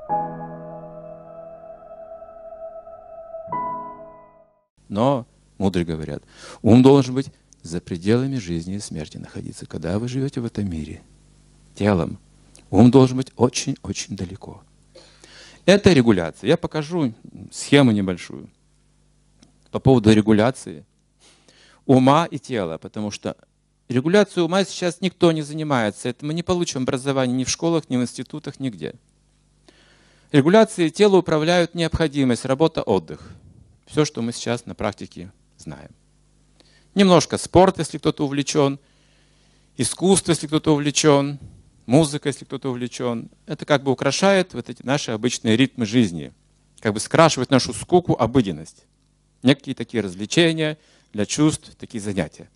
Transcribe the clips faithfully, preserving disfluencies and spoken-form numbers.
Но, мудрые говорят, ум должен быть за пределами жизни и смерти находиться. Когда вы живете в этом мире телом, ум должен быть очень-очень далеко. Это регуляция. Я покажу схему небольшую по поводу регуляции ума и тела, потому что регуляцией ума сейчас никто не занимается. Это мы не получим образование ни в школах, ни в институтах, нигде. Регуляцией тела управляют необходимость, работа, отдых. Все, что мы сейчас на практике знаем. Немножко спорт, если кто-то увлечен, искусство, если кто-то увлечен, музыка, если кто-то увлечен. Это как бы украшает вот эти наши обычные ритмы жизни, как бы скрашивает нашу скуку, обыденность. Некие такие развлечения для чувств, такие занятия.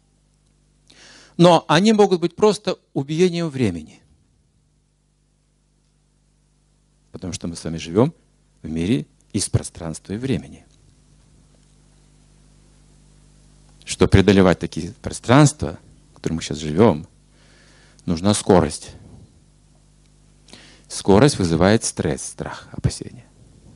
Но они могут быть просто убиением времени. Потому что мы с вами живем в мире из пространства и времени. Чтобы преодолевать такие пространства, в которых мы сейчас живем, нужна скорость. Скорость вызывает стресс, страх, опасения.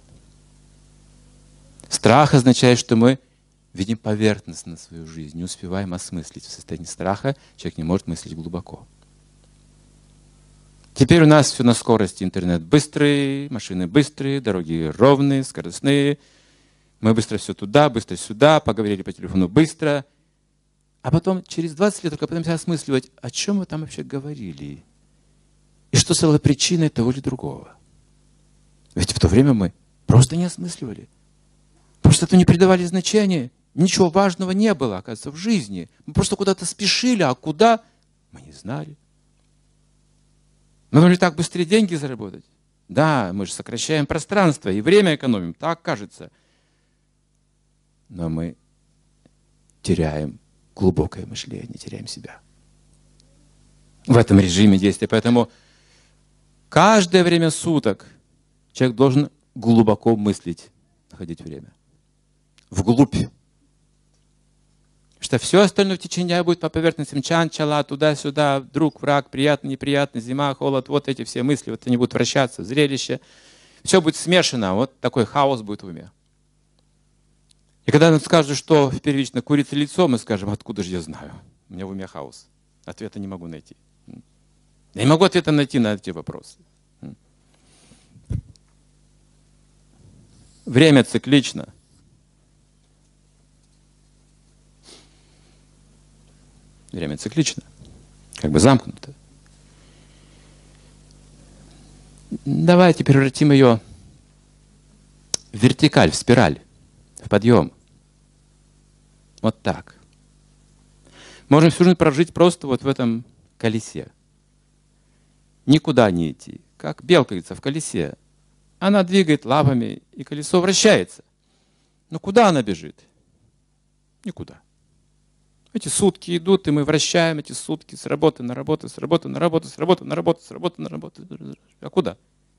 Страх означает, что мы видим поверхностно свою жизнь, не успеваем осмыслить. В состоянии страха человек не может мыслить глубоко. Теперь у нас все на скорости. Интернет быстрый, машины быстрые, дороги ровные, скоростные. Мы быстро все туда, быстро сюда, поговорили по телефону быстро. А потом через двадцать лет только пытаемся осмысливать, о чем мы там вообще говорили. И что стало причиной того или другого. Ведь в то время мы просто не осмысливали. Просто это не придавали значения. Ничего важного не было, оказывается, в жизни. Мы просто куда-то спешили, а куда, мы не знали. Мы могли так быстрее деньги заработать. Да, мы же сокращаем пространство и время экономим, так кажется. Но мы теряем глубокое мышление, теряем себя. В этом режиме действия. Поэтому каждое время суток человек должен глубоко мыслить, находить время. Вглубь. Что все остальное в течение дня будет по поверхностям чан-чала, туда-сюда, друг, враг, приятный, неприятный, зима, холод, вот эти все мысли, вот они будут вращаться, зрелище. Все будет смешано, вот такой хаос будет в уме. И когда нам скажут, что первично курица лицо, мы скажем, откуда же я знаю? У меня в уме хаос. Ответа не могу найти. Я не могу ответа найти на эти вопросы. Время циклично. Время циклично. Как бы замкнуто. Давайте превратим ее в вертикаль, в спираль, в подъем. Вот так. Можем всю жизнь прожить просто вот в этом колесе. Никуда не идти. Как белка в колесе. Она двигает лапами, и колесо вращается. Но куда она бежит? Никуда. Эти сутки идут, и мы вращаем эти сутки с работы на работу, с работы на работу, с работы на работу, с работы на работу. А куда?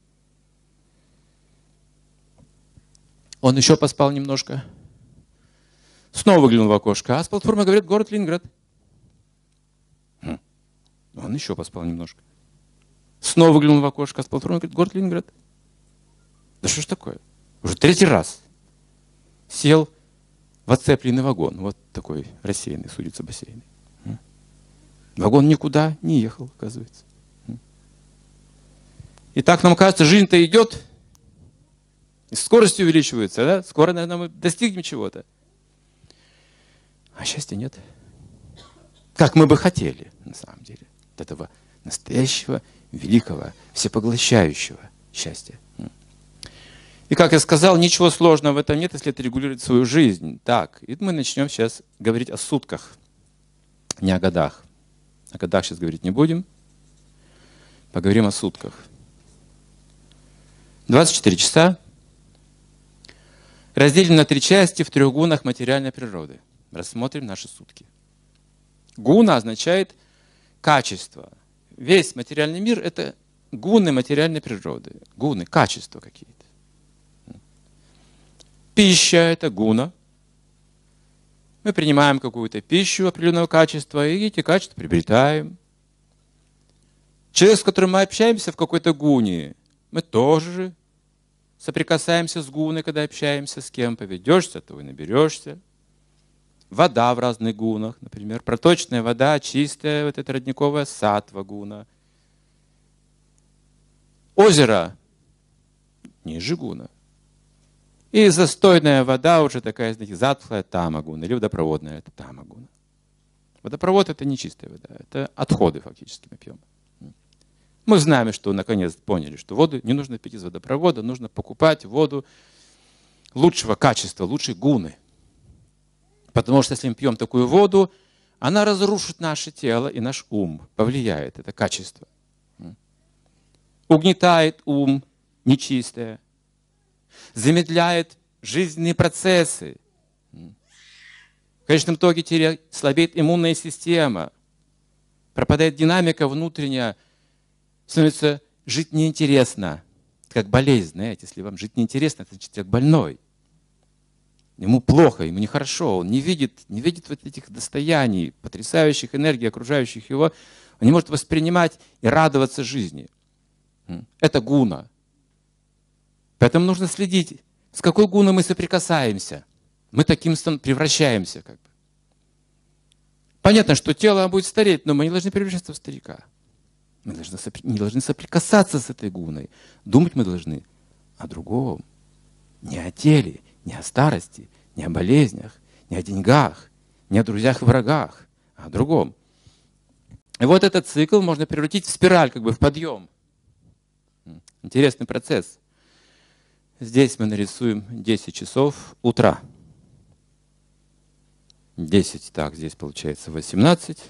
Он еще поспал немножко. Снова выглянул в окошко. А с платформы говорит, город Ленинград. Хм. Он еще поспал немножко. Снова выглянул в окошко. А с платформы говорит, город Ленинград. Да что ж такое? Уже третий раз. Сел в оцепленный вагон. Вот такой рассеянный, с улицы Бассейной. Вагон никуда не ехал, оказывается. И так нам кажется, жизнь-то идет, и скорость увеличивается, да? Скоро, наверное, мы достигнем чего-то. А счастья нет. Как мы бы хотели, на самом деле. От этого настоящего, великого, всепоглощающего счастья. И, как я сказал, ничего сложного в этом нет, если это регулирует свою жизнь. Так, и мы начнем сейчас говорить о сутках, не о годах. О годах сейчас говорить не будем. Поговорим о сутках. двадцать четыре часа разделим на три части в трех гунах материальной природы. Рассмотрим наши сутки. Гуна означает качество. Весь материальный мир – это гуны материальной природы. Гуны, качества какие-то. Пища – это гуна. Мы принимаем какую-то пищу определенного качества, и эти качества приобретаем. Человек, с которым мы общаемся в какой-то гуне, мы тоже соприкасаемся с гуной, когда общаемся с кем. Поведешься, то и наберешься. Вода в разных гунах, например. Проточная вода, чистая, вот эта родниковая саттва гуна. Озеро ниже гуна. И застойная вода уже такая, знаете, затхлая тамагуна, или водопроводная, это тамагуна. Водопровод — это не чистая вода, это отходы фактически мы пьем. Мы знаем, что наконец поняли, что воду не нужно пить из водопровода, нужно покупать воду лучшего качества, лучшей гуны. Потому что если мы пьем такую воду, она разрушит наше тело и наш ум, повлияет, это качество. Угнетает ум нечистое, замедляет жизненные процессы. В конечном итоге теряет, слабеет иммунная система, пропадает динамика внутренняя, становится жить неинтересно, как болезнь, знаете, если вам жить неинтересно, это значит, как больной. Ему плохо, ему нехорошо, он не видит, не видит вот этих достояний, потрясающих энергий, окружающих его, он не может воспринимать и радоваться жизни. Это гуна. Поэтому нужно следить, с какой гуной мы соприкасаемся. Мы таким превращаемся. Как бы. Понятно, что тело будет стареть, но мы не должны превращаться в старика. Мы должны, не должны соприкасаться с этой гуной. Думать мы должны о другом. Не о теле, не о старости, не о болезнях, не о деньгах, не о друзьях и врагах, а о другом. И вот этот цикл можно превратить в спираль, как бы в подъем. Интересный процесс. Здесь мы нарисуем десять часов утра. десять, так, здесь получается восемнадцать.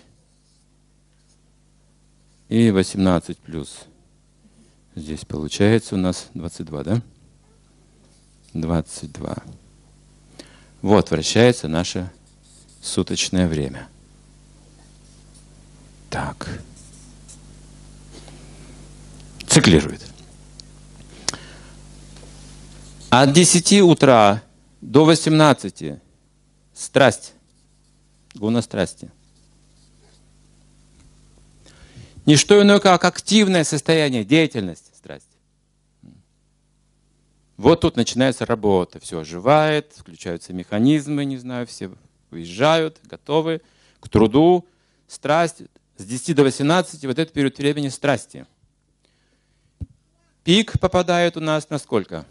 И восемнадцать плюс. Здесь получается у нас двадцать два, да? двадцать два. Вот вращается наше суточное время. Так. Циклирует. От десяти утра до восемнадцати страсть, гуна страсти. Не что иное, как активное состояние, деятельность, страсть. Вот тут начинается работа, все оживает, включаются механизмы, не знаю, все выезжают, готовы к труду, страсть. С десяти до восемнадцати вот этот период времени страсти. Пик попадает у нас на сколько?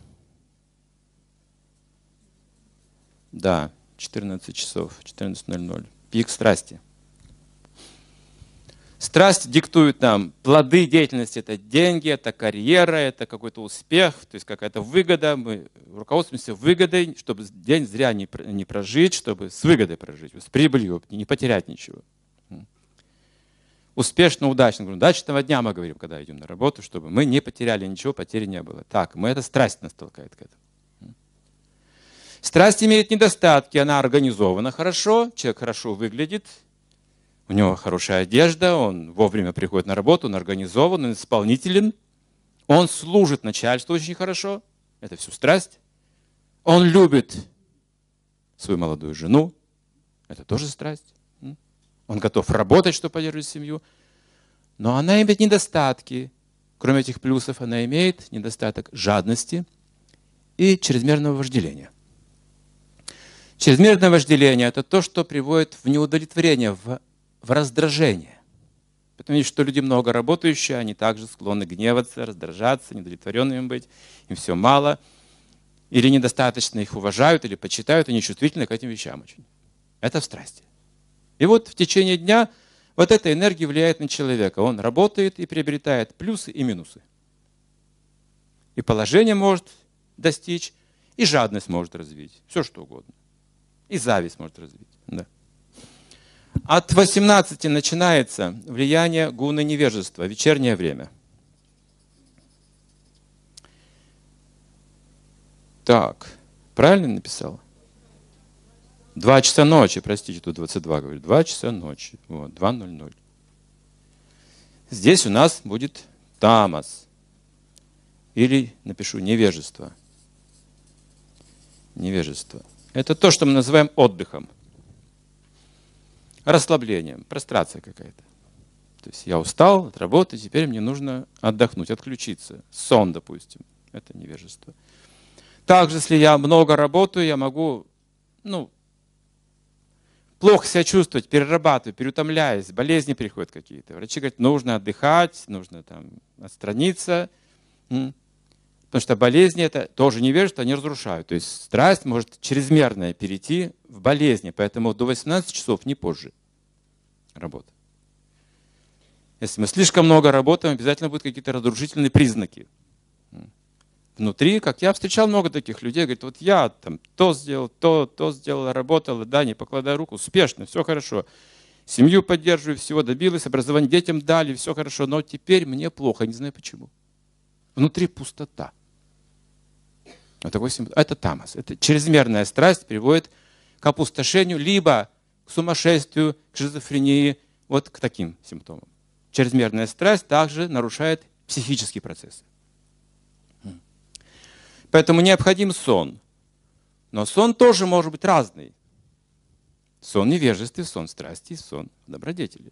Да, четырнадцать часов, четырнадцать ноль ноль. Пик страсти. Страсть диктует нам плоды деятельности. Это деньги, это карьера, это какой-то успех, то есть какая-то выгода. Мы руководствуемся выгодой, чтобы день зря не прожить, чтобы с выгодой прожить, с прибылью, не потерять ничего. Успешно, удачно. Удачного дня мы говорим, когда идем на работу, чтобы мы не потеряли ничего, потери не было. Так, мы, это страсть нас толкает к этому. Страсть имеет недостатки, она организована хорошо, человек хорошо выглядит, у него хорошая одежда, он вовремя приходит на работу, он организован, он исполнителен, он служит начальству очень хорошо, это все страсть. Он любит свою молодую жену, это тоже страсть. Он готов работать, чтобы поддерживать семью, но она имеет недостатки. Кроме этих плюсов, она имеет недостаток жадности и чрезмерного вожделения. Чрезмерное вожделение – это то, что приводит в неудовлетворение, в, в раздражение. Потому что люди много работающие, они также склонны гневаться, раздражаться, неудовлетворенными быть, им все мало, или недостаточно их уважают, или почитают, они чувствительны к этим вещам очень. Это в страсти. И вот в течение дня вот эта энергия влияет на человека. Он работает и приобретает плюсы и минусы. И положение может достичь, и жадность может развить. Все что угодно. И зависть может развить. Да. От восемнадцати начинается влияние гуны невежества, вечернее время. Так, правильно написал? Два часа ночи, простите, тут двадцать два говорит. Два часа ночи. Вот, два ноль ноль. Здесь у нас будет тамас. Или напишу невежество. Невежество. Это то, что мы называем отдыхом. Расслаблением. Прострация какая-то. То есть я устал от работы, теперь мне нужно отдохнуть, отключиться. Сон, допустим. Это невежество. Также, если я много работаю, я могу, ну, плохо себя чувствовать, перерабатываю, переутомляюсь, болезни приходят какие-то. Врачи говорят, нужно отдыхать, нужно там отстраниться. Потому что болезни это тоже невежество, они разрушают. То есть страсть может чрезмерная перейти в болезни, поэтому до восемнадцати часов, не позже работа. Если мы слишком много работаем, обязательно будут какие-то разрушительные признаки. Внутри, как я встречал много таких людей, говорят, вот я там то сделал, то, то сделал, работал, да, не покладая руку, успешно, все хорошо. Семью поддерживаю, всего добилась, образование детям дали, все хорошо, но теперь мне плохо, не знаю почему. Внутри пустота. Вот такой симптом. Это тамас. Это чрезмерная страсть приводит к опустошению, либо к сумасшествию, к шизофрении, вот к таким симптомам. Чрезмерная страсть также нарушает психические процессы. Поэтому необходим сон. Но сон тоже может быть разный. Сон невежества, сон страсти, сон добродетели.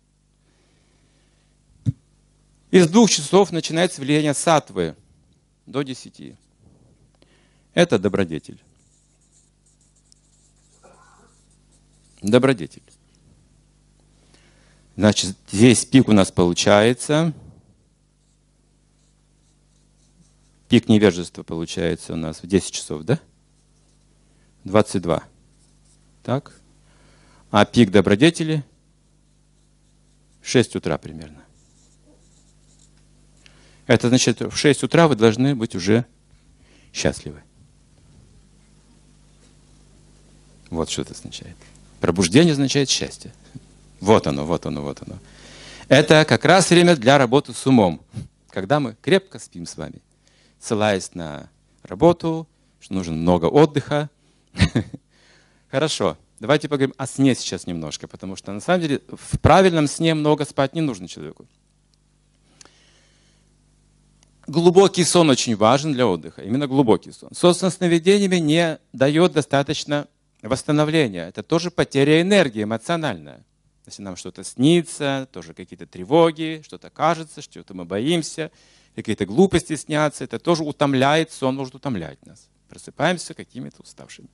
Из двух часов начинается влияние саттвы до десяти. Это добродетель. Добродетель. Значит, здесь пик у нас получается. Пик невежества получается у нас в десять часов, да? двадцать два. Так. А пик добродетели в шесть утра примерно. Это значит, в шесть утра вы должны быть уже счастливы. Вот что это означает. Пробуждение означает счастье. Вот оно, вот оно, вот оно. Это как раз время для работы с умом. Когда мы крепко спим с вами, ссылаясь на работу, что нужно много отдыха. Хорошо, давайте поговорим о сне сейчас немножко, потому что на самом деле в правильном сне много спать не нужно человеку. Глубокий сон очень важен для отдыха, именно глубокий сон. Сон со сновидениями не дает достаточно восстановления. Это тоже потеря энергии эмоциональная. Если нам что-то снится, тоже какие-то тревоги, что-то кажется, что-то мы боимся, какие-то глупости снятся, это тоже утомляет, сон может утомлять нас. Просыпаемся какими-то уставшими.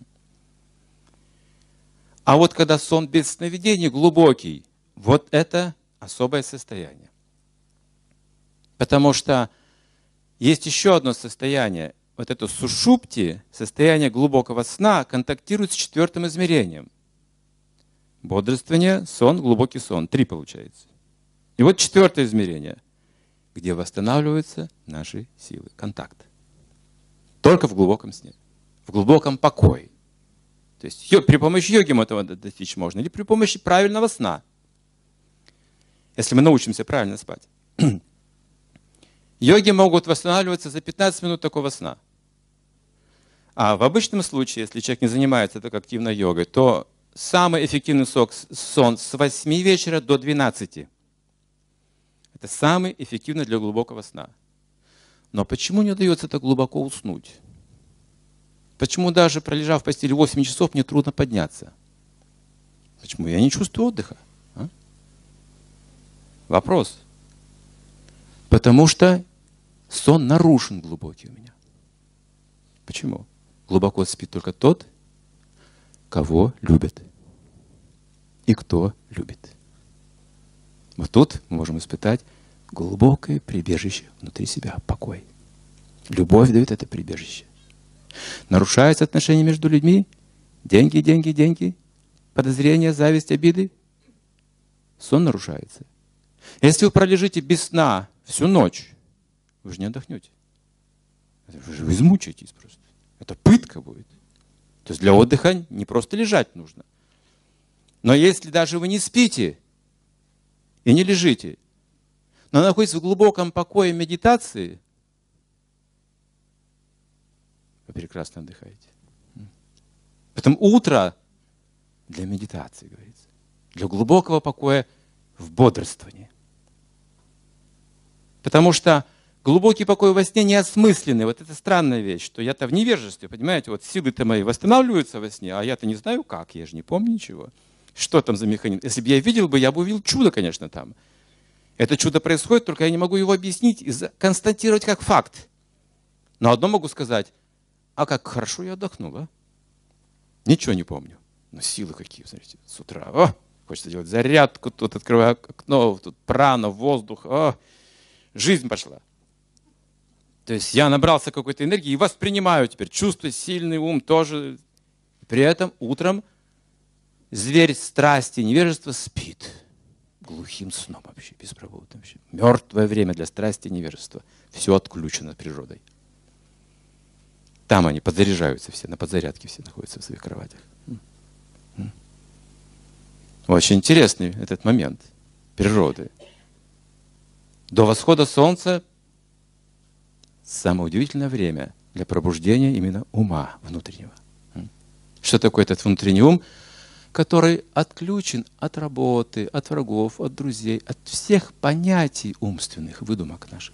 А вот когда сон без сновидений глубокий, вот это особое состояние. Потому что есть еще одно состояние. Вот это сушупти, состояние глубокого сна, контактирует с четвертым измерением. Бодрствование, сон, глубокий сон. Три получается. И вот четвертое измерение, где восстанавливаются наши силы. Контакт. Только в глубоком сне. В глубоком покое. То есть при помощи йоги мы этого достичь можно. Или при помощи правильного сна. Если мы научимся правильно спать. Йоги могут восстанавливаться за пятнадцать минут такого сна. А в обычном случае, если человек не занимается так активно йогой, то самый эффективный сон с восьми вечера до двенадцати. Это самый эффективный для глубокого сна. Но почему не удается так глубоко уснуть? Почему даже пролежав в постели восемь часов, мне трудно подняться? Почему я не чувствую отдыха? А? Вопрос. Потому что сон нарушен глубокий у меня. Почему? Глубоко спит только тот, кого любят. И кто любит. Вот тут мы можем испытать глубокое прибежище внутри себя, покой. Любовь дает это прибежище. Нарушаются отношения между людьми, деньги, деньги, деньги, подозрения, зависть, обиды. Сон нарушается. Если вы пролежите без сна всю ночь, вы же не отдохнете. Вы же измучаетесь просто. Это пытка будет. То есть для отдыха не просто лежать нужно. Но если даже вы не спите и не лежите, но находитесь в глубоком покое медитации, вы прекрасно отдыхаете. Поэтому утро для медитации, говорится. Для глубокого покоя в бодрствовании. Потому что глубокий покой во сне неосмысленный. Вот это странная вещь, что я-то в невежестве, понимаете, вот силы-то мои восстанавливаются во сне, а я-то не знаю как, я же не помню ничего. что там за механизм. Если бы я видел бы, я бы увидел чудо, конечно, там. Это чудо происходит, только я не могу его объяснить и констатировать как факт. Но одно могу сказать, а как хорошо я отдохнул, а? Ничего не помню. Но силы какие, смотрите, с утра. О, хочется делать зарядку, тут открываю окно, тут прана, воздух. О, жизнь пошла. То есть я набрался какой-то энергии и воспринимаю теперь, чувствую сильный ум тоже. При этом утром зверь страсти, невежества спит. Глухим сном вообще, беспробудным вообще. Мертвое время для страсти и невежества. Все отключено природой. Там они подзаряжаются все, на подзарядке все находятся в своих кроватях. Очень интересный этот момент природы. До восхода солнца самое удивительное время для пробуждения именно ума внутреннего. Что такое этот внутренний ум, который отключен от работы, от врагов, от друзей, от всех понятий умственных, выдумок наших.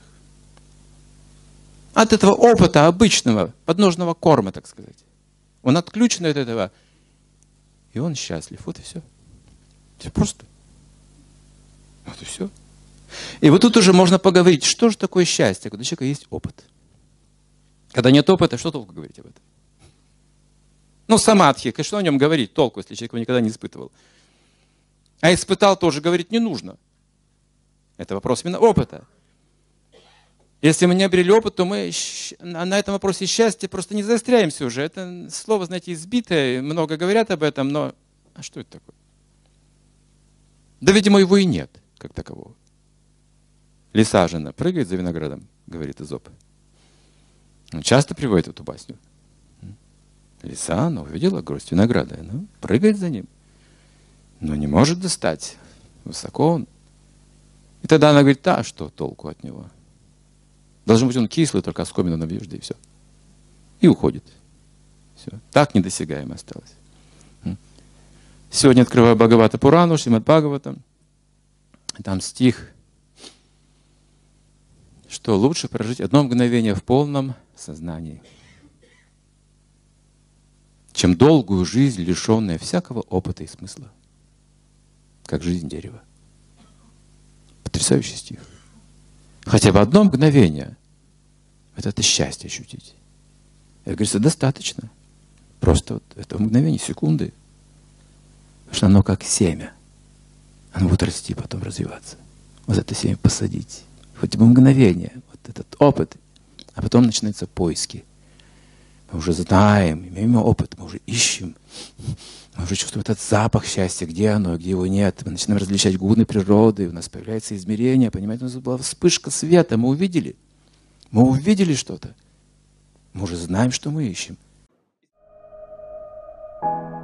От этого опыта обычного, подножного корма, так сказать. Он отключен от этого, и он счастлив. Вот и все. Все просто. Вот и все. И вот тут уже можно поговорить, что же такое счастье, когда у человека есть опыт. Когда нет опыта, что толку говорить об этом? Ну, самадхи, что о нем говорить толку, если человек его никогда не испытывал? А испытал, тоже говорить не нужно. Это вопрос именно опыта. Если мы не обрели опыт, то мы на этом вопросе счастья просто не заостряемся уже. Это слово, знаете, избитое, много говорят об этом, но а что это такое? Да, видимо, его и нет, как такового. Лиса жена прыгает за виноградом, говорит Эзоп. Он часто приводит эту басню. Лиса, она увидела гроздь винограда, она прыгает за ним, но не может достать. Высоко он. И тогда она говорит, да, что толку от него? Должен быть он кислый, только оскомину набьешь, да и все. И уходит. Все. Так недосягаемо осталось. Сегодня открываю Бхагавата Пурану, Шримад Бхагаватам. Там стих, что лучше прожить одно мгновение в полном сознании, чем долгую жизнь, лишенная всякого опыта и смысла, как жизнь дерева. Потрясающий стих. Хотя бы одно мгновение, вот это счастье ощутить. Это, говорится, достаточно. Просто вот это мгновение, секунды. Потому что оно как семя. Оно будет расти, потом развиваться. Вот это семя посадить. Хоть бы мгновение, вот этот опыт. А потом начинаются поиски. Мы уже знаем, имеем опыт, мы уже ищем. Мы уже чувствуем этот запах счастья, где оно, где его нет. Мы начинаем различать гуны природы, у нас появляется измерение, понимаете, у нас была вспышка света, мы увидели. Мы увидели что-то. Мы уже знаем, что мы ищем.